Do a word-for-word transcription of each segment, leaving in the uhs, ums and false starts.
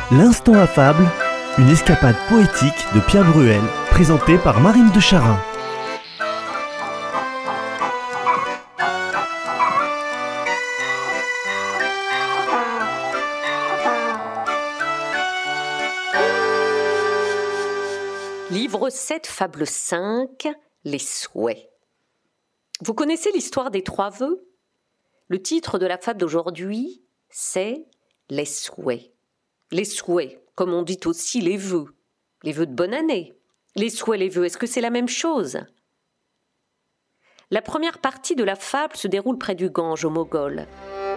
L'instant affable, une escapade poétique de Pierre Bruel, présentée par Marine de Charin. Livre sept, fable cinq, les souhaits. Vous connaissez l'histoire des trois vœux ? Le titre de la fable d'aujourd'hui, c'est « Les souhaits ». Les souhaits, comme on dit aussi les vœux. Les vœux de bonne année. Les souhaits, les vœux, est-ce que c'est la même chose ? La première partie de la fable se déroule près du Gange, au Mogol.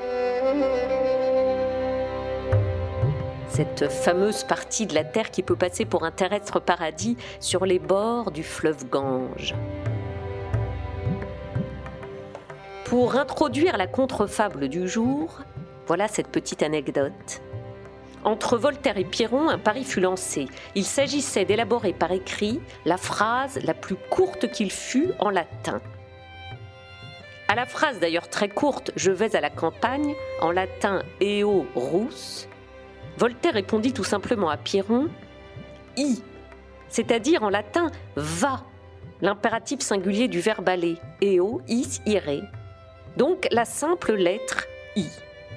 Cette fameuse partie de la terre qui peut passer pour un terrestre paradis sur les bords du fleuve Gange. Pour introduire la contre-fable du jour, voilà cette petite anecdote. Entre Voltaire et Piron, un pari fut lancé. Il s'agissait d'élaborer par écrit la phrase la plus courte qu'il fût en latin. À la phrase d'ailleurs très courte « Je vais à la campagne », en latin « eo rus », Voltaire répondit tout simplement à Piron « i », c'est-à-dire en latin « va », l'impératif singulier du verbe aller, « eo, is, ire », donc la simple lettre « i ».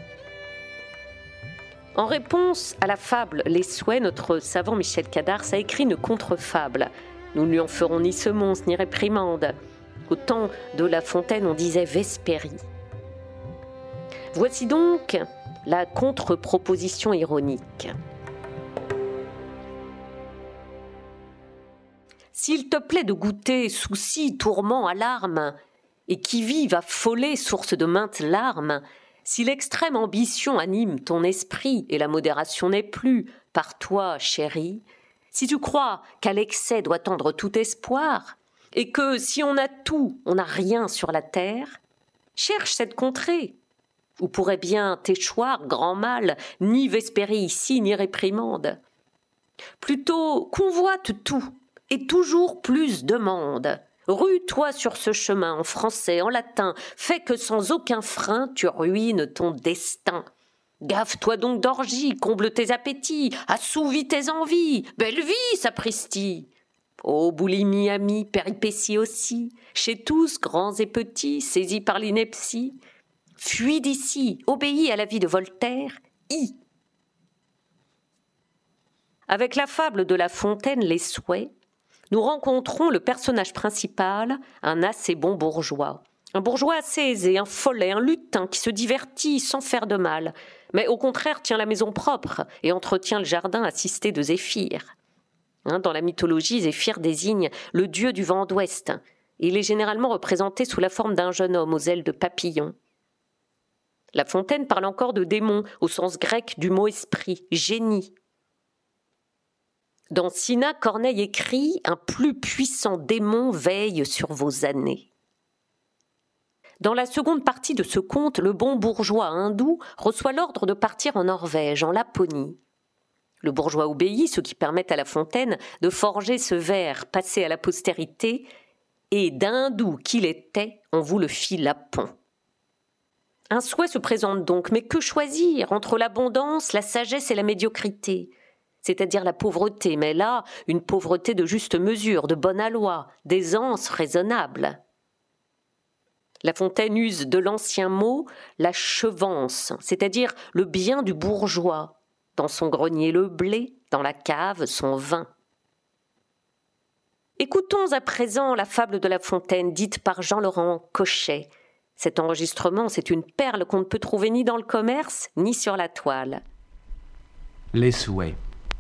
En réponse à la fable « Les souhaits », notre savant Michel Cadars a écrit une contre-fable. Nous ne lui en ferons ni semonce ni réprimande. Au temps de La Fontaine, on disait « Vespérie ». Voici donc la contre-proposition ironique. S'il te plaît de goûter soucis, tourments, alarmes, et qui vive affolé, source de maintes larmes, si l'extrême ambition anime ton esprit et la modération n'est plus par toi chérie, si tu crois qu'à l'excès doit tendre tout espoir, et que si on a tout, on n'a rien sur la terre, cherche cette contrée, où pourrait bien t'échoir grand mal, ni Vespérie ici, ni réprimande. Plutôt convoite tout, et toujours plus demande. Rue-toi sur ce chemin en français, en latin, fais que sans aucun frein tu ruines ton destin. Gave-toi donc d'orgie, comble tes appétits, assouvis tes envies, belle vie, sapristi. Ô boulimie amie, péripétie aussi, chez tous, grands et petits, saisis par l'ineptie, fuis d'ici, obéis à l'avis de Voltaire, i. Avec la fable de La Fontaine, Les souhaits, nous rencontrons le personnage principal, un assez bon bourgeois. Un bourgeois assez aisé, un follet, un lutin qui se divertit sans faire de mal, mais au contraire tient la maison propre et entretient le jardin assisté de Zéphyr. Hein, dans la mythologie, Zéphyr désigne le dieu du vent d'ouest. Et il est généralement représenté sous la forme d'un jeune homme aux ailes de papillon. La Fontaine parle encore de démon au sens grec du mot esprit, génie. Dans Cinna, Corneille écrit « Un plus puissant démon veille sur vos années ». Dans la seconde partie de ce conte, le bon bourgeois hindou reçoit l'ordre de partir en Norvège, en Laponie. Le bourgeois obéit, ce qui permet à La Fontaine de forger ce vers passé à la postérité « Et d'hindou qu'il était, on vous le fit lapon ». Un souhait se présente donc, mais que choisir entre l'abondance, la sagesse et la médiocrité ? C'est-à-dire la pauvreté, mais là, une pauvreté de juste mesure, de bonne aloi, d'aisance raisonnable. La Fontaine use de l'ancien mot, la chevance, c'est-à-dire le bien du bourgeois, dans son grenier le blé, dans la cave son vin. Écoutons à présent la fable de La Fontaine, dite par Jean-Laurent Cochet. Cet enregistrement, c'est une perle qu'on ne peut trouver ni dans le commerce, ni sur la toile. Les souhaits.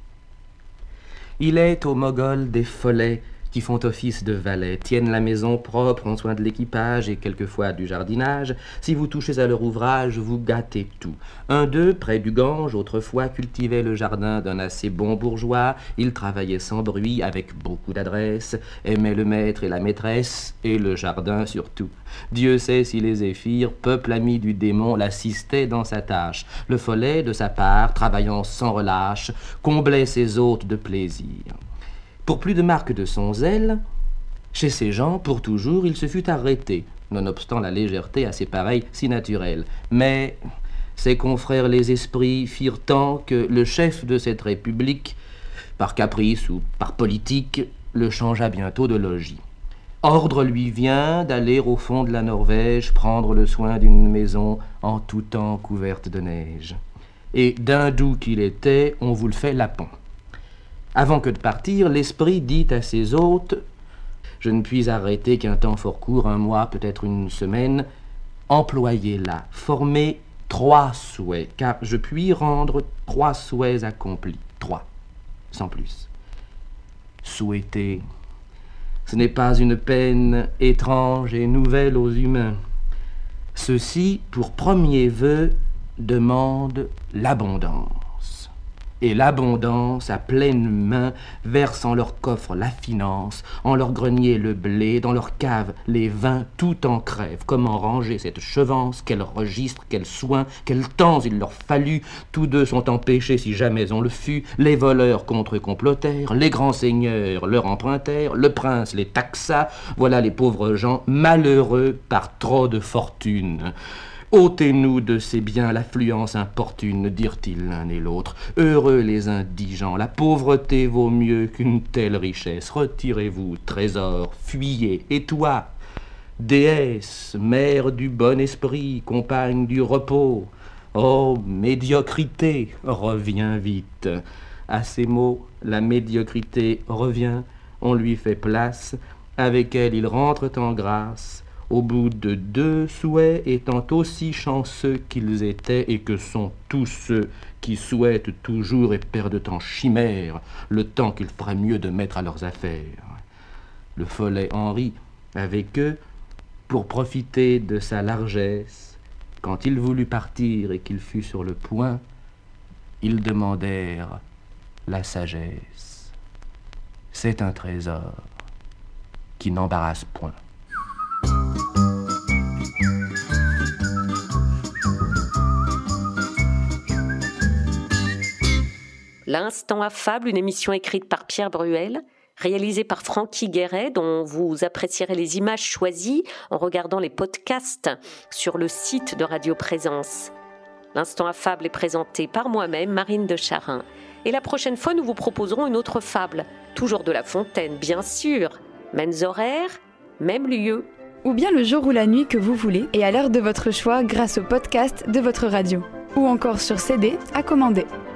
Il est au Mogol des follets qui font office de valets, tiennent la maison propre, ont soin de l'équipage et quelquefois du jardinage. Si vous touchez à leur ouvrage, vous gâtez tout. Un d'eux, près du Gange, autrefois cultivait le jardin d'un assez bon bourgeois. Il travaillait sans bruit, avec beaucoup d'adresse, aimait le maître et la maîtresse, et le jardin surtout. Dieu sait si les Zéphyrs, peuple ami du démon, l'assistaient dans sa tâche. Le follet, de sa part, travaillant sans relâche, comblait ses hôtes de plaisir. Pour plus de marque de son zèle, chez ces gens, pour toujours, il se fut arrêté, nonobstant la légèreté à ses pareils si naturelle. Mais Ses confrères les esprits firent tant que le chef de cette république, par caprice ou par politique, le changea bientôt de logis. Ordre lui vient d'aller au fond de la Norvège prendre le soin d'une maison en tout temps couverte de neige. Et d'hindou qu'il était, on vous le fait lapon. Avant que de partir, l'esprit dit à ses hôtes « Je ne puis arrêter qu'un temps fort court, un mois, peut-être une semaine. Employez-la, formez trois souhaits, car je puis rendre trois souhaits accomplis. Trois, sans plus. Souhaiter, ce n'est pas une peine étrange et nouvelle aux humains. Ceux-ci, pour premier vœu, demandent l'abondance. Et l'abondance, à pleine main, verse en leur coffre la finance, en leur grenier le blé, dans leur cave les vins, tout en crève. Comment ranger cette chevance, quel registre, quel soin, quel temps il leur fallut. Tous deux sont empêchés si jamais on le fut. Les voleurs contre-complotèrent, les grands seigneurs leur empruntèrent, le prince les taxa. Voilà les pauvres gens malheureux par trop de fortune. Ôtez-nous de ces biens l'affluence importune, dirent-ils l'un et l'autre. Heureux les indigents, la pauvreté vaut mieux qu'une telle richesse. Retirez-vous, trésor, fuyez. Et toi, déesse, mère du bon esprit, compagne du repos, oh, médiocrité, reviens vite. À ces mots, la médiocrité revient, on lui fait place, avec elle ils rentrent en grâce, au bout de deux souhaits, étant aussi chanceux qu'ils étaient et que sont tous ceux qui souhaitent toujours et perdent en chimère le temps qu'il ferait mieux de mettre à leurs affaires. Le follet Henri, avec eux, pour profiter de sa largesse, quand il voulut partir et qu'il fut sur le point, ils demandèrent la sagesse. C'est un trésor qui n'embarrasse point. L'Instant affable, une émission écrite par Pierre Bruel, réalisée par Francky Guéret, dont vous apprécierez les images choisies en regardant les podcasts sur le site de Radio Présence. L'Instant affable est présenté par moi-même, Marine de Charin. Et la prochaine fois, nous vous proposerons une autre fable, toujours de La Fontaine, bien sûr. Mêmes horaires, même lieu. Ou bien le jour ou la nuit que vous voulez et à l'heure de votre choix grâce au podcast de votre radio. Ou encore sur C D à commander.